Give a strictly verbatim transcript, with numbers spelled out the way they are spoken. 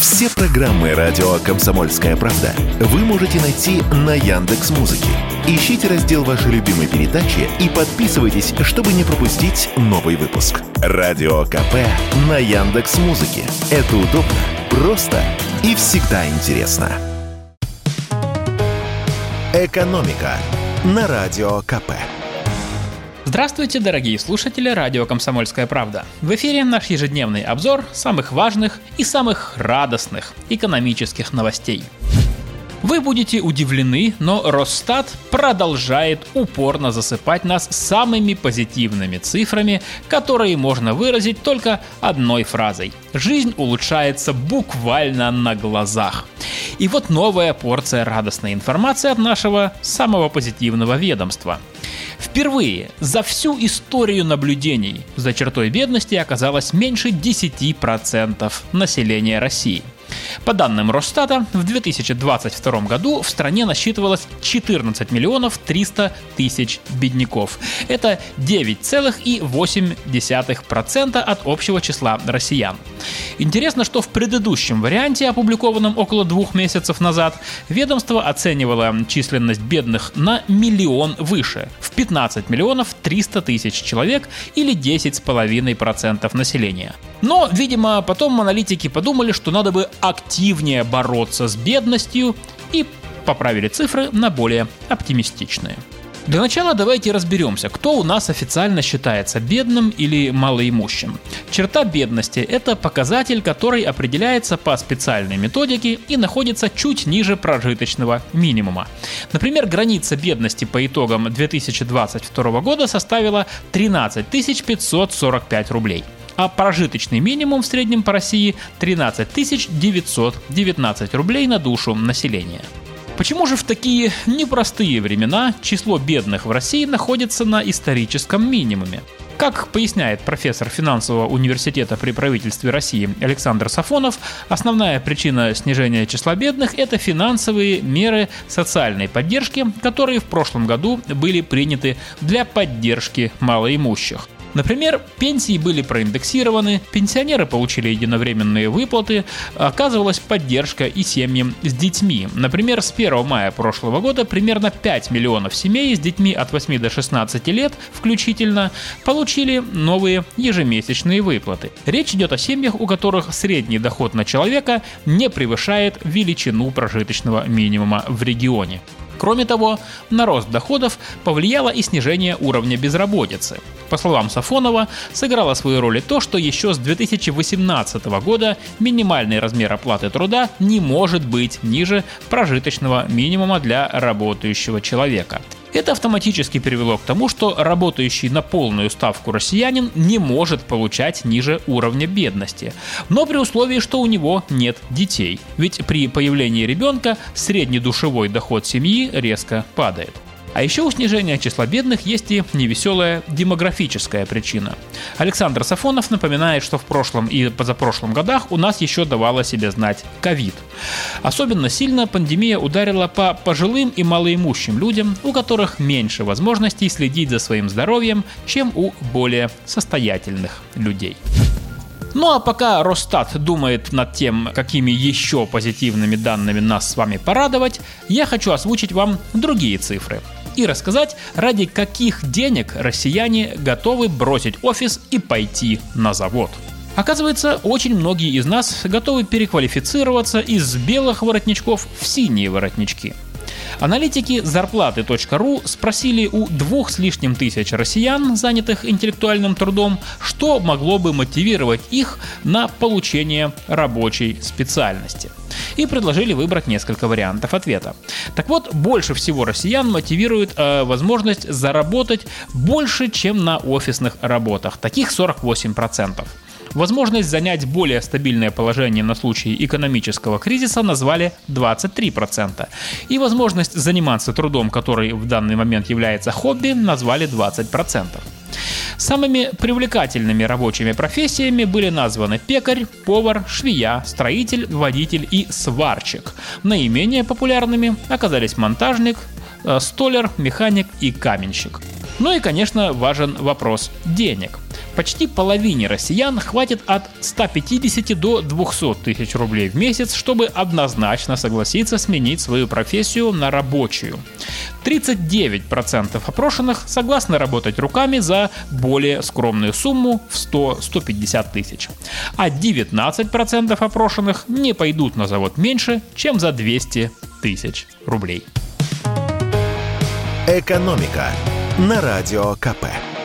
Все программы радио «Комсомольская правда» вы можете найти на Яндекс.Музыке. Ищите раздел вашей любимой передачи и подписывайтесь, чтобы не пропустить новый выпуск. Радио КП на Яндекс.Музыке. Это удобно, просто и всегда интересно. Экономика на Радио КП. Здравствуйте, дорогие слушатели радио «Комсомольская правда». В эфире наш ежедневный обзор самых важных и самых радостных экономических новостей. Вы будете удивлены, но Росстат продолжает упорно засыпать нас самыми позитивными цифрами, которые можно выразить только одной фразой. Жизнь улучшается буквально на глазах. И вот новая порция радостной информации от нашего самого позитивного ведомства. Впервые за всю историю наблюдений за чертой бедности оказалось меньше десять процентов населения России. По данным Росстата, в две тысячи двадцать втором году в стране насчитывалось четырнадцать миллионов триста тысяч бедняков. Это девять целых восемь десятых процента от общего числа россиян. Интересно, что в предыдущем варианте, опубликованном около двух месяцев назад, ведомство оценивало численность бедных на миллион выше, в пятнадцать миллионов триста тысяч человек или десять целых пять десятых процента населения. Но, видимо, потом аналитики подумали, что надо бы активнее бороться с бедностью и поправили цифры на более оптимистичные. Для начала давайте разберемся, кто у нас официально считается бедным или малоимущим. Черта бедности – это показатель, который определяется по специальной методике и находится чуть ниже прожиточного минимума. Например, граница бедности по итогам две тысячи двадцать второго года составила тринадцать тысяч пятьсот сорок пять рублей. А прожиточный минимум в среднем по России тринадцать тысяч девятьсот девятнадцать рублей на душу населения. Почему же в такие непростые времена число бедных в России находится на историческом минимуме? Как поясняет профессор финансового университета при правительстве России Александр Сафонов, основная причина снижения числа бедных – это финансовые меры социальной поддержки, которые в прошлом году были приняты для поддержки малоимущих. Например, пенсии были проиндексированы, пенсионеры получили единовременные выплаты, оказывалась поддержка и семьям с детьми. Например, с первого мая прошлого года примерно пять миллионов семей с детьми от восьми до шестнадцати лет включительно получили новые ежемесячные выплаты. Речь идет о семьях, у которых средний доход на человека не превышает величину прожиточного минимума в регионе. Кроме того, на рост доходов повлияло и снижение уровня безработицы. По словам Сафонова, сыграло свою роль и то, что еще с две тысячи восемнадцатого года минимальный размер оплаты труда не может быть ниже прожиточного минимума для работающего человека. Это автоматически привело к тому, что работающий на полную ставку россиянин не может получать ниже уровня бедности, но при условии, что у него нет детей, ведь при появлении ребенка среднедушевой доход семьи резко падает. А еще у снижения числа бедных есть и невеселая демографическая причина. Александр Сафонов напоминает, что в прошлом и позапрошлом годах у нас еще давала себе знать ковид. Особенно сильно пандемия ударила по пожилым и малоимущим людям, у которых меньше возможностей следить за своим здоровьем, чем у более состоятельных людей. Ну а пока Росстат думает над тем, какими еще позитивными данными нас с вами порадовать, я хочу озвучить вам другие цифры и рассказать, ради каких денег россияне готовы бросить офис и пойти на завод. Оказывается, очень многие из нас готовы переквалифицироваться из белых воротничков в синие воротнички. Аналитики зарплаты точка ру спросили у двух с лишним тысяч россиян, занятых интеллектуальным трудом, что могло бы мотивировать их на получение рабочей специальности. И предложили выбрать несколько вариантов ответа. Так вот, больше всего россиян мотивирует э, возможность заработать больше, чем на офисных работах, таких сорок восемь процентов. Возможность занять более стабильное положение на случай экономического кризиса назвали двадцать три процента. И возможность заниматься трудом, который в данный момент является хобби, назвали двадцать процентов. Самыми привлекательными рабочими профессиями были названы пекарь, повар, швея, строитель, водитель и сварщик. Наименее популярными оказались монтажник, столяр, механик и каменщик. Ну и, конечно, важен вопрос денег. Почти половине россиян хватит от ста пятидесяти до двухсот тысяч рублей в месяц, чтобы однозначно согласиться сменить свою профессию на рабочую. тридцать девять процентов опрошенных согласны работать руками за более скромную сумму в сто - сто пятьдесят тысяч, а девятнадцать процентов опрошенных не пойдут на завод меньше, чем за двести тысяч рублей. Экономика на Радио ка пэ.